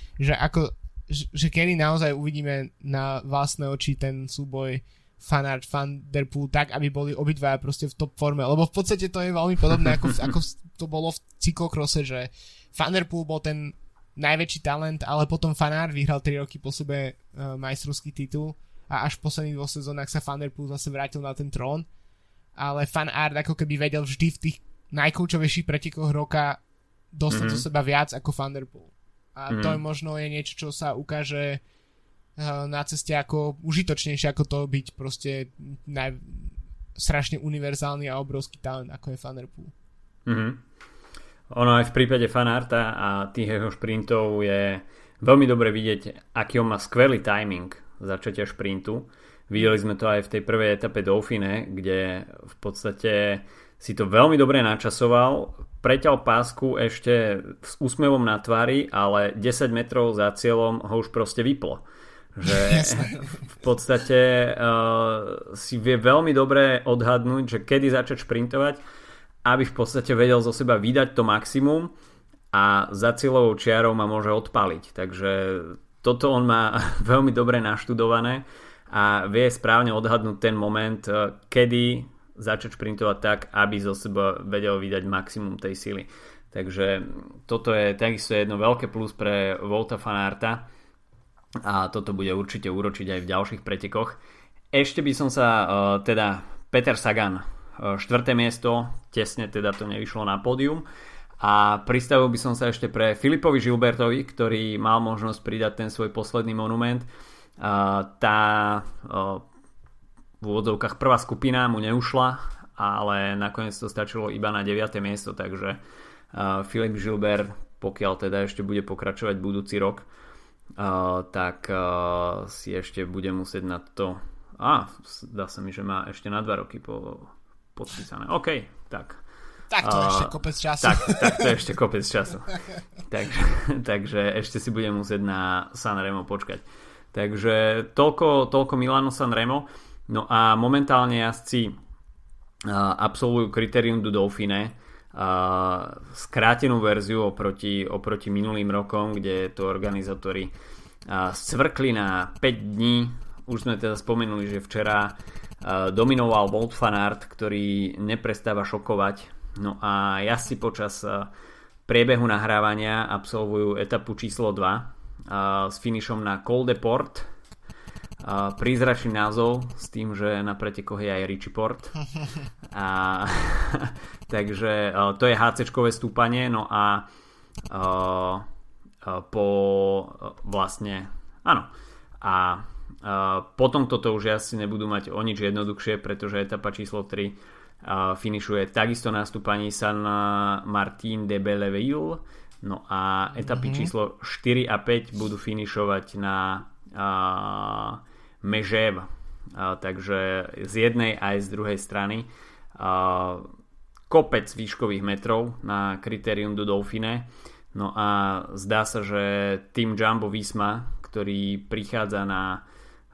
Speaker 2: že kedy naozaj uvidíme na vlastné oči ten súboj fanart, Van der Poel tak, aby boli obidvaja proste v top forme, lebo v podstate to je veľmi podobné ako to bolo v cyklocrosse, že Van der Poel bol ten najväčší talent, ale potom fanart vyhral 3 roky po sebe majstrovský titul a až v posledných 2 sezónach sa Van der Poel zase vrátil na ten trón, ale fanart ako keby vedel vždy v tých najkľúčovejších pretekoch roka dostať do seba viac ako Van der Poel. A to je možno niečo, čo sa ukáže na ceste ako užitočnejšie ako to byť proste strašne univerzálny a obrovský talent ako je Van der Poel.
Speaker 1: Ono aj v prípade fanarta a tých jeho šprintov je veľmi dobre vidieť, aký on má skvelý timing začatia šprintu. Videli sme to aj v tej prvej etape Dauphine, kde v podstate si to veľmi dobre načasoval, preťal pásku ešte s úsmevom na tvári, ale 10 metrov za cieľom ho už proste vyplo. Že v podstate si vie veľmi dobre odhadnúť, že kedy začať šprintovať, aby v podstate vedel zo seba vydať to maximum a za cieľovou čiarou ma môže odpaliť. Takže toto on má veľmi dobre naštudované a vie správne odhadnúť ten moment, kedy začať šprintovať tak, aby zo seba vedel vydať maximum tej sily. Takže toto je takisto jedno veľké plus pre Wouta van Aerta a toto bude určite úročiť aj v ďalších pretekoch. Ešte by som sa Peter Sagan, 4. miesto, tesne teda to nevyšlo na pódium a pristavil by som sa ešte pre Filipovi Gilbertovi, ktorý mal možnosť pridať ten svoj posledný monument. Tá v úvodzovkách prvá skupina mu neušla, ale nakoniec to stačilo iba na 9. miesto, takže Filip Gilbert, pokiaľ teda ešte bude pokračovať budúci rok, tak si ešte bude musieť na to dá sa mi, že má ešte na 2 roky podpísané. OK, tak
Speaker 2: to je ešte kopec času.
Speaker 1: Tak to je ešte kopec času. Takže ešte si budem musieť na Sanremo počkať. Takže toľko Milano Sanremo. No a momentálne jazdci absolvujú Critérium du Dauphiné skrátenú verziu oproti minulým rokom, kde to organizátori scvrkli na 5 dní. Už sme teda spomenuli, že včera dominoval Wout van Aert, ktorý neprestáva šokovať. No a jazdci počas priebehu nahrávania absolvujú etapu číslo 2 s finišom na Col de Port. Prízračný názov s tým, že na pretekoch je aj Richie Port. Takže to je HC-čkové stúpanie. No a potom toto už asi nebudú mať o nič jednoduchšie, pretože etapa číslo 3 finišuje takisto na stúpaní San Martín de Belleville. No a etapy číslo 4 a 5 budú finišovať na Megève. Takže z jednej aj z druhej strany kopec výškových metrov na Critérium du Dauphiné. No a zdá sa, že tým Jumbo Visma, ktorý prichádza na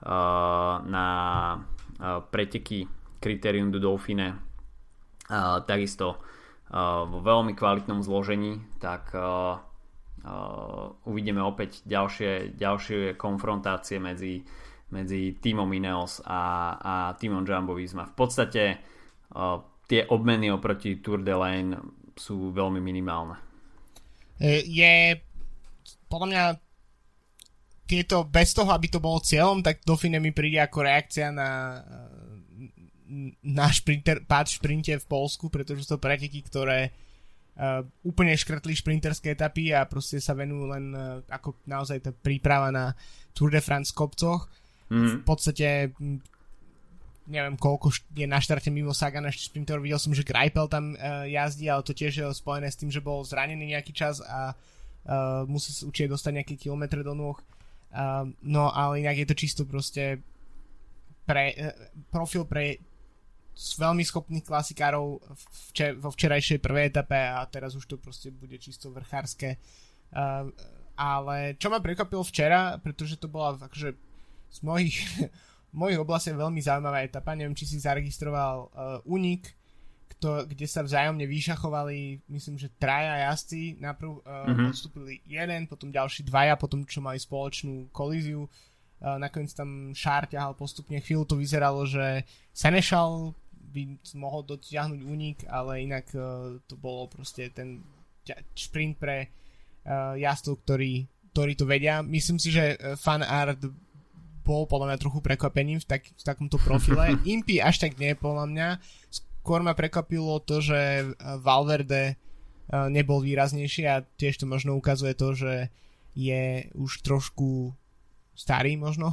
Speaker 1: preteky Critérium du Dauphiné takisto vo veľmi kvalitnom zložení, tak uvidíme opäť ďalšie konfrontácie medzi tímom Ineos a tímom Jumbo Visma. V podstate tie obmeny oproti Tour de Lane sú veľmi minimálne.
Speaker 2: Je podľa mňa tieto, bez toho, aby to bolo cieľom, tak Dauphiné mi príde ako reakcia na pád v šprinte v Poľsku, pretože sú to preteky, ktoré úplne škrtli šprinterské etapy a proste sa venujú len ako naozaj tá príprava na Tour de France v kopcoch. V podstate neviem, koľko je na štarte mimo Sagana šprinterov. Videl som, že Greipel tam jazdí, ale to tiež je spojené s tým, že bol zranený nejaký čas a musí sa určite dostať nejaké kilometre do nôh. No ale inak je to čisto proste profil pre veľmi schopných klasikárov vo včerajšej prvej etape a teraz už to proste bude čisto vrchárske. Ale čo ma prekvapilo včera, pretože to bola akože z mojich oblastiach veľmi zaujímavá etapa, neviem, či si zaregistroval únik, kde sa vzájomne vyšachovali, myslím, že 3 jazdci, najprv odstúpili jeden, potom ďalší 2, potom čo mali spoločnú kolíziu. Nakoniec tam Šár ťahal postupne, chvíľu to vyzeralo, že Senešal by mohol dotiahnuť únik, ale inak to bolo proste ten šprint pre jazdcov, ktorí to vedia. Myslím si, že Van Aert bol podľa mňa trochu prekvapením v takomto profile. Impy až tak nie, podľa mňa. Skôr ma prekvapilo to, že Valverde nebol výraznejší a tiež to možno ukazuje to, že je už trošku starý možno.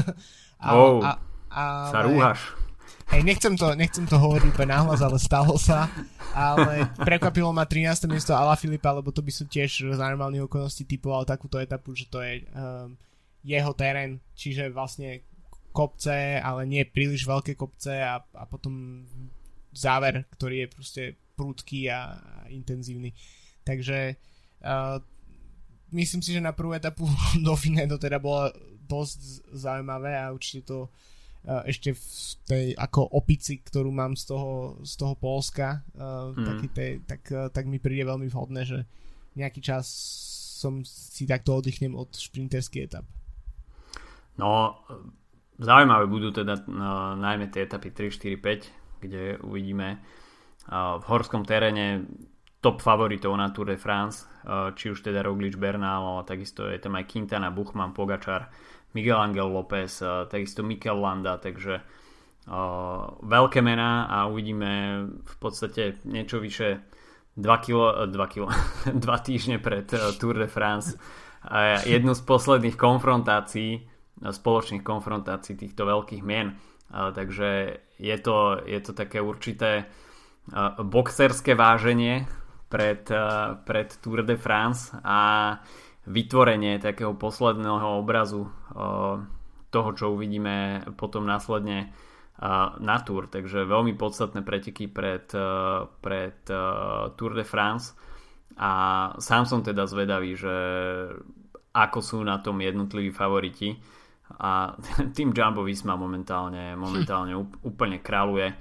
Speaker 1: Sa rúhaš.
Speaker 2: Hej, nechcem to hovoriť úplne nahlas, ale stalo sa. Ale prekvapilo ma 13. miesto Alaphilippa, lebo to by som tiež z normálnych okolností typoval takúto etapu, že to je jeho terén, čiže vlastne kopce, ale nie príliš veľké kopce a potom záver, ktorý je proste prudký a intenzívny. Takže myslím si, že na prvú etapu Dauphiné to teda bolo dosť zaujímavé a určite to ešte v tej ako opici, ktorú mám z toho Poľska, tak mi príde veľmi vhodné, že nejaký čas som si takto oddychnem od šprinterských etap.
Speaker 1: No, zaujímavé budú teda najmä tie etapy 3, 4, 5, kde uvidíme v horskom teréne top favoritov na Tour de France, či už teda Roglič, Bernal, ale takisto je tam aj Quintana, Buchmann, Pogačar, Miguel Angel López, takisto Mikel Landa, takže veľké mená a uvidíme v podstate niečo vyše 2 týždne pred Tour de France jednu z posledných spoločných konfrontácií týchto veľkých mien, takže je to také určité boxerské váženie pred Tour de France a vytvorenie takého posledného obrazu toho, čo uvidíme potom následne na Tour. Takže veľmi podstatné preteky pred Tour de France a sám som teda zvedavý, že ako sú na tom jednotliví favoriti a tým Jumbo Visma momentálne úplne kráľuje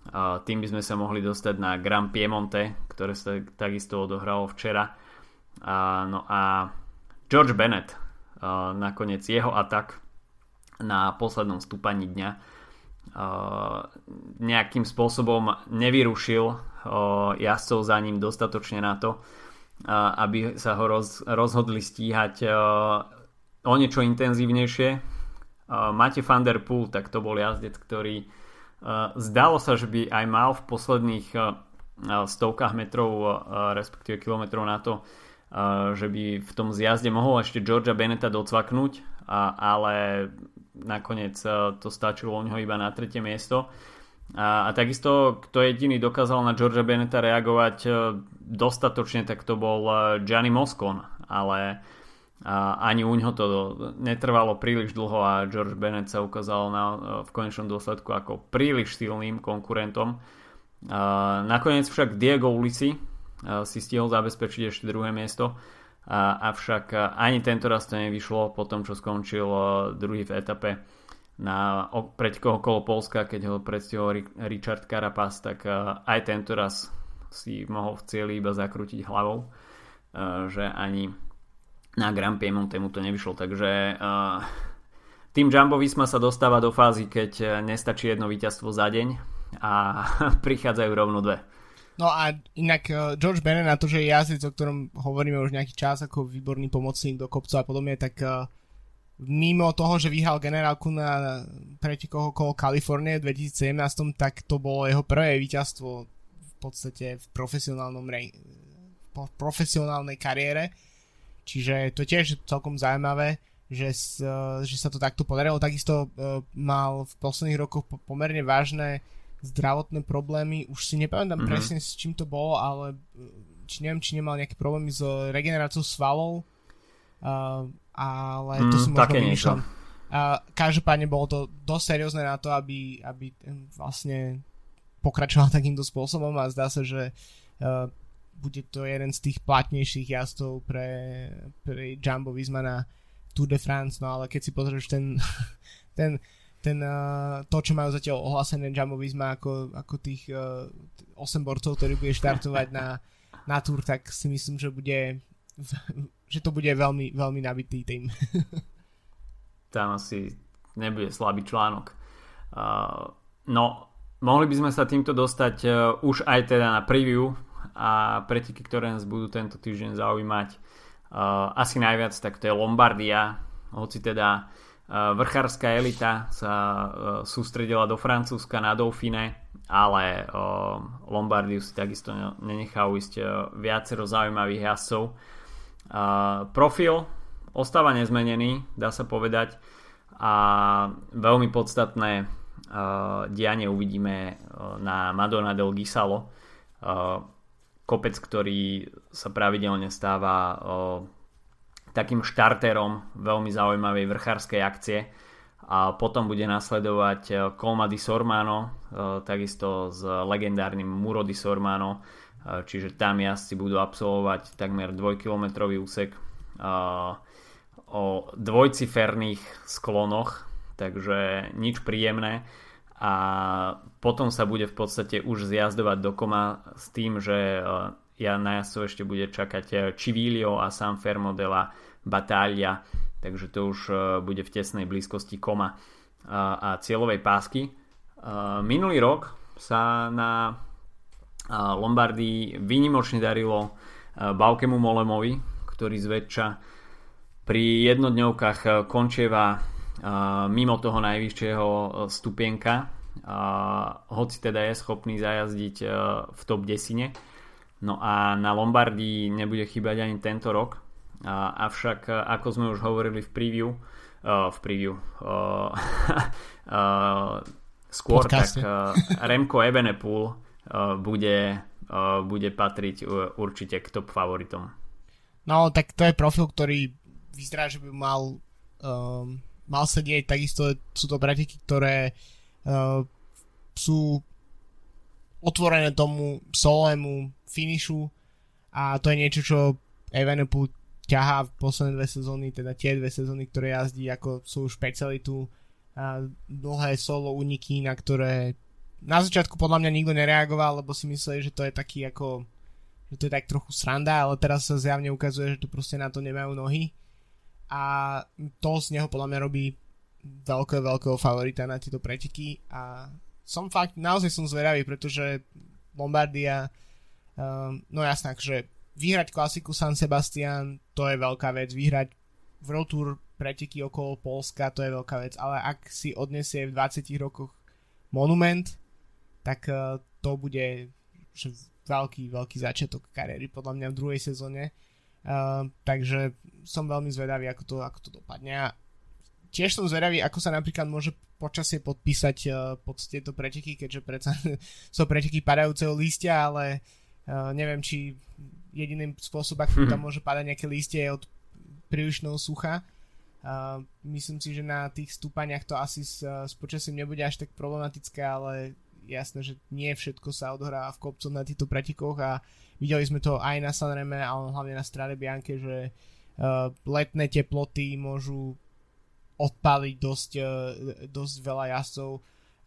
Speaker 1: Tým by sme sa mohli dostať na Grand Piemonte, ktoré sa takisto odohralo včera. No a George Bennett, nakoniec jeho atak na poslednom stúpaní dňa nejakým spôsobom nevyrušil jazdcov za ním dostatočne na to, aby sa ho rozhodli stíhať o niečo intenzívnejšie. Matej van der Poel, tak to bol jazdec, ktorý zdalo sa, že by aj mal v posledných stovkách metrov, respektíve kilometrov na to, že by v tom zjazde mohol ešte Georgea Bennetta docvaknúť, ale nakoniec to stačilo u neho iba na 3. miesto. A takisto, kto jediný dokázal na Georgea Bennetta reagovať dostatočne, tak to bol Gianni Moscon, ale ani u ňoho to netrvalo príliš dlho a George Bennett sa ukázal v konečnom dôsledku ako príliš silným konkurentom. Nakoniec však Diego Ulissi si stihol zabezpečiť ešte 2. miesto, avšak ani tento raz to nevyšlo po tom, čo skončil druhý v etape na pretekoch okolo Polska, keď ho predstihol Richard Carapaz, tak aj tento raz si mohol v cieli iba zakrútiť hlavou, že ani na Grand Piemonte mu to nevyšlo, takže tým Jumbo Visma sa dostáva do fázy, keď nestačí jedno víťazstvo za deň a prichádzajú rovno 2.
Speaker 2: No a inak George Bennett, na to, že je jazdec, o ktorom hovoríme už nejaký čas ako výborný pomocník do kopcov a podobne, tak mimo toho, že vyhral generálku na pretekoch okolo Kalifornie v 2017, tak to bolo jeho prvé víťazstvo v podstate v profesionálnej kariére. Čiže to tiež celkom zaujímavé, že sa to takto podarilo. Takisto mal v posledných rokoch pomerne vážne zdravotné problémy. Už si nepamätám presne, s čím to bolo, ale neviem, či nemal nejaké problémy s regeneráciou svalov, ale to si možno vymýšľam. Každopádne bolo to dosť seriózne na to, aby vlastne pokračoval takýmto spôsobom a zdá sa, že bude to jeden z tých platnejších jazdcov pre Jumbo Visma na Tour de France, no ale keď si pozrieš to, čo majú zatiaľ ohlásené Jumbo Visma ako tých 8 borcov, ktorí bude štartovať na Tour, tak si myslím, že to bude veľmi, veľmi nabitý tým.
Speaker 1: Tam asi nebude slabý článok. No, mohli by sme sa týmto dostať už aj teda na preview a preteky, ktoré nás budú tento týždeň zaujímať asi najviac, tak to je Lombardia, hoci teda vrchárska elita sa sústredila do Francúzska na Dauphine, ale Lombardiu si takisto nenechá uísť viacero zaujímavých jazdcov. Profil ostáva nezmenený, dá sa povedať, a veľmi podstatné dianie uvidíme na Madonna del Ghisalo, kopec, ktorý sa pravidelne stáva takým štartérom veľmi zaujímavej vrchárskej akcie, a potom bude nasledovať Colma di Sormano, takisto s legendárnym Muro di Sormano, čiže tam jazdci budú absolvovať takmer 2-kilometrový úsek o dvojciferných sklonoch, takže nič príjemné. A potom sa bude v podstate už zjazdovať do Coma s tým, že na jazdcov ešte bude čakať Civilio a San Fermo della Battaglia, takže to už bude v tesnej blízkosti Coma a cieľovej pásky. Minulý rok sa na Lombardii výnimočne darilo Baukemu Molemovi, ktorý zväčša pri jednodňovkách končieva mimo toho najvyššieho stupienka, hoci teda je schopný zajazdiť v top 10. No a na Lombardii nebude chýbať ani tento rok, avšak ako sme už hovorili v preview skôr, tak Remco Evenepoel bude patriť určite k top favoritom.
Speaker 2: No tak to je profil, ktorý vyzerá, že by mal sedieť. Takisto sú to preteky, ktoré sú otvorené tomu solému finišu, a to je niečo, čo Evenepoel ťahá v posledné 2 sezóny, teda tie 2 sezóny, ktoré jazdí ako svoju špecialitu, dlhé solo úniky, na ktoré na začiatku podľa mňa nikto nereagoval, lebo si mysleli, že to je taký ako, že to je tak trochu sranda, ale teraz sa zjavne ukazuje, že to proste na to nemajú nohy a to z neho podľa mňa robí veľkého favorita na tieto preteky a naozaj som zvedavý, pretože Lombardia, no jasná, že vyhrať klasiku San Sebastian, to je veľká vec, vyhrať World Tour preteky okolo Poľska, to je veľká vec, ale ak si odnesie v 20 rokoch monument, tak to bude veľký začiatok kariéry podľa mňa v druhej sezóne, takže som veľmi zvedavý, ako to dopadne a tiež som zvedavý, ako sa napríklad môže počasie podpísať pod tieto preteky, keďže predsa sú preteky padajúceho lístia, ale neviem, či jediným spôsobom, ako tam môže padať nejaké lístie je od prílišného sucha. Myslím si, že na tých stúpaniach to asi s počasím nebude až tak problematické, ale jasné, že nie všetko sa odohráva v kopcoch na týchto pretekoch a videli sme to aj na Sanreme, ale hlavne na Strade Bianche, že letné teploty môžu odpáliť dosť veľa jazdcov.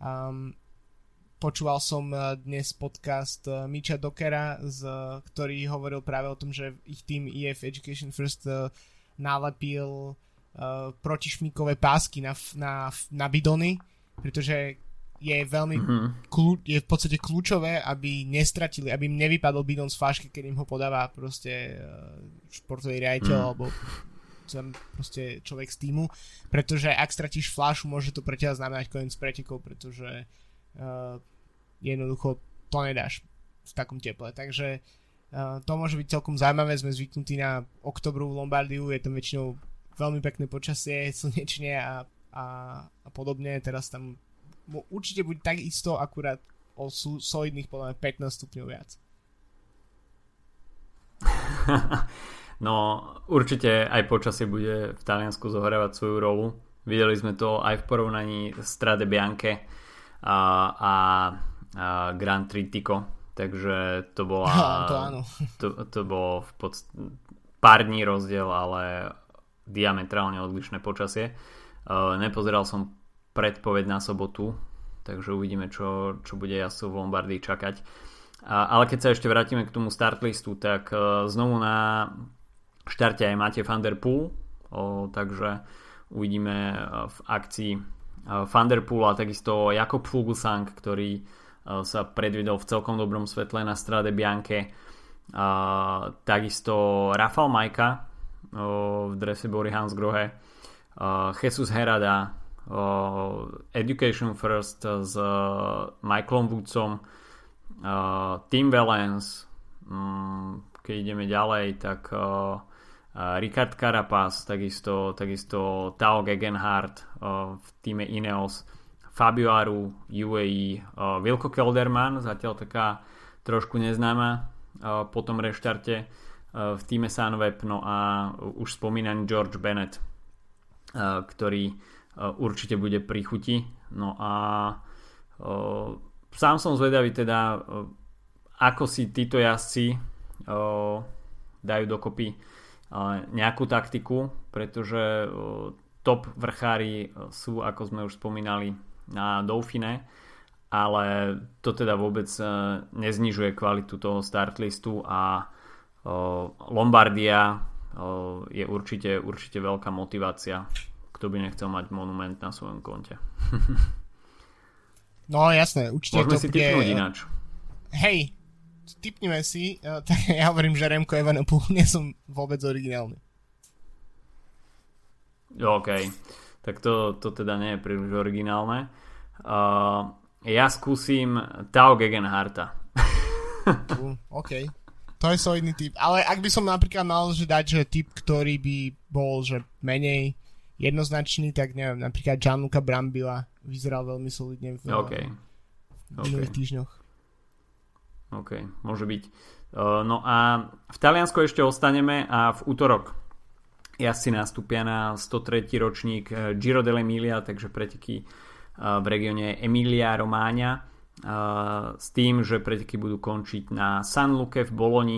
Speaker 2: Počúval som dnes podcast Micha Dockera, ktorý hovoril práve o tom, že ich tým EF Education First nalepil protišmíkové pásky na bidony, pretože je veľmi je v podstate kľúčové, aby nestratili, aby im nevypadol bidon z fľašky, keď im ho podáva proste športový riaditeľ alebo proste človek z týmu, pretože ak stratíš fľašu, môže to pre teba znamenať koniec pretekov, pretože jednoducho to nedáš v takom teple, takže to môže byť celkom zaujímavé, sme zvyknutí na oktobrovú Lombardiu, je tam väčšinou veľmi pekné počasie, slnečne a podobne, teraz tam určite bude tak isto, akurát o solidných podľa 15 stupňov viac.
Speaker 1: No určite aj počasie bude v Taliansku zohrávať svoju rolu. Videli sme to aj v porovnaní Strade Bianche a Grand Trittico, takže to bola to bolo pár dní rozdiel, ale diametrálne odlišné počasie. Nepozeral som predpoveď na sobotu, takže uvidíme, čo bude jazdcov v Lombardii čakať. Ale keď sa ešte vrátime k tomu startlistu, tak znovu na štarte aj Matej van der Poel, takže uvidíme v akcii Van der Poel a takisto Jakob Fuglsang, ktorý sa predvedol v celkom dobrom svetle na Strade Bianche, takisto Rafał Majka v drese Bora Hansgrohe, Jesus Herrada, Education First s Michaelom Woodsom, Tim Wellens, keď ideme ďalej, tak Ricard Carapaz, takisto Tao Gegenhardt v týme Ineos, Fabio Aru, UAE, Wilco Kelderman, zatiaľ taká trošku neznáma po tom reštarte v týme Sunweb, no a už spomínaný George Bennett, ktorý určite bude pri chuti. No a sám som zvedavý teda, ako si títo jazdci dajú dokopy nejakú taktiku, pretože top vrchári sú, ako sme už spomínali, na Dauphine, ale to teda vôbec neznižuje kvalitu toho startlistu a Lombardia je určite veľká motivácia, kto by nechcel mať monument na svojom konte.
Speaker 2: No jasné, určite
Speaker 1: môžeme si tipnúť ináč.
Speaker 2: Hej, tipnime si, tak ja hovorím, že Remco Evenepoel, nie som vôbec originálny.
Speaker 1: OK, tak to teda nie je príliš originálne. Ja skúsim Tao Gegenhardta.
Speaker 2: OK, to je solidný tip. Ale ak by som napríklad mal dať, že tip, ktorý by bol že menej jednoznačný, tak neviem, napríklad Gianluca Brambilla vyzeral veľmi solidne v minulých týždňoch.
Speaker 1: OK, môže byť. No a v Taliansku ešte ostaneme a v útorok jazdci nastúpia na 103. ročník Giro dell'Emilia, takže preteky v regióne Emilia Romagna, s tým, že preteky budú končiť na San Luque v Bologni.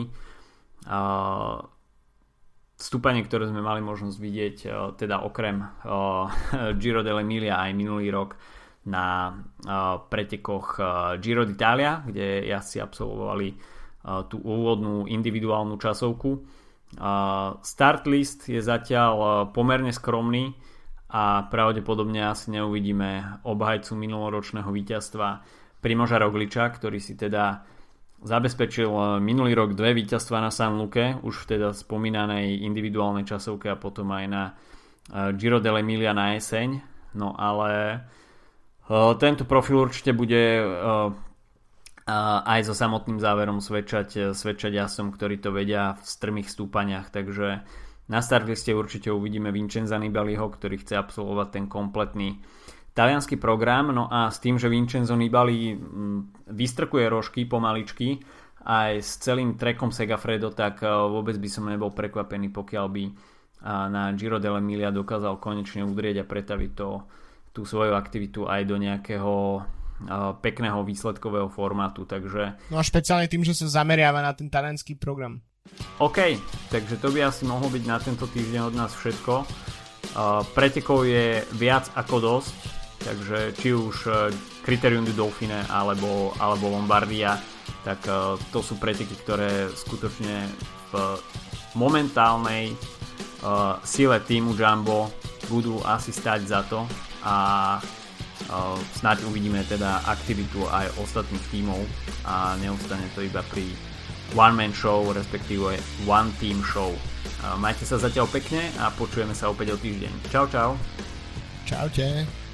Speaker 1: Vstúpanie, ktoré sme mali možnosť vidieť teda okrem Giro dell'Emilia aj minulý rok na pretekoch Giro d'Italia, kde jazdci absolvovali tú úvodnú individuálnu časovku. Start list je zatiaľ pomerne skromný a pravdepodobne asi neuvidíme obhajcu minuloročného víťazstva Primoža Rogliča, ktorý si teda zabezpečil minulý rok 2 víťazstva na San Luque, už v teda spomínanej individuálnej časovke a potom aj na Giro dell'Emilia na jeseň. No ale tento profil určite bude aj so samotným záverom svedčať jazdcom, ktorí to vedia v strmých stúpaniach, takže na startliste určite uvidíme Vincenza Nibaliho, ktorý chce absolvovať ten kompletný taliansky program, no a s tým, že Vincenzo Nibali vystrkuje rožky pomaličky aj s celým trekom Segafredo, tak vôbec by som nebol prekvapený, pokiaľ by na Giro dell'Emilia dokázal konečne udrieť a pretaviť tú svoju aktivitu aj do nejakého pekného výsledkového formátu, takže...
Speaker 2: No a špeciálne tým, že sa zameriava na ten taliansky program.
Speaker 1: OK, takže to by asi mohlo byť na tento týždeň od nás všetko. Pretekov je viac ako dosť, takže či už Critérium du Dauphiné alebo Lombardia, tak to sú preteky, ktoré skutočne v momentálnej sile týmu Jumbo budú asi stať za to a snáď uvidíme teda aktivitu aj ostatných tímov a neostane to iba pri one man show, respektíve one team show. Majte sa zatiaľ pekne a počujeme sa opäť o týždeň. Čau, čau.
Speaker 2: Čaute.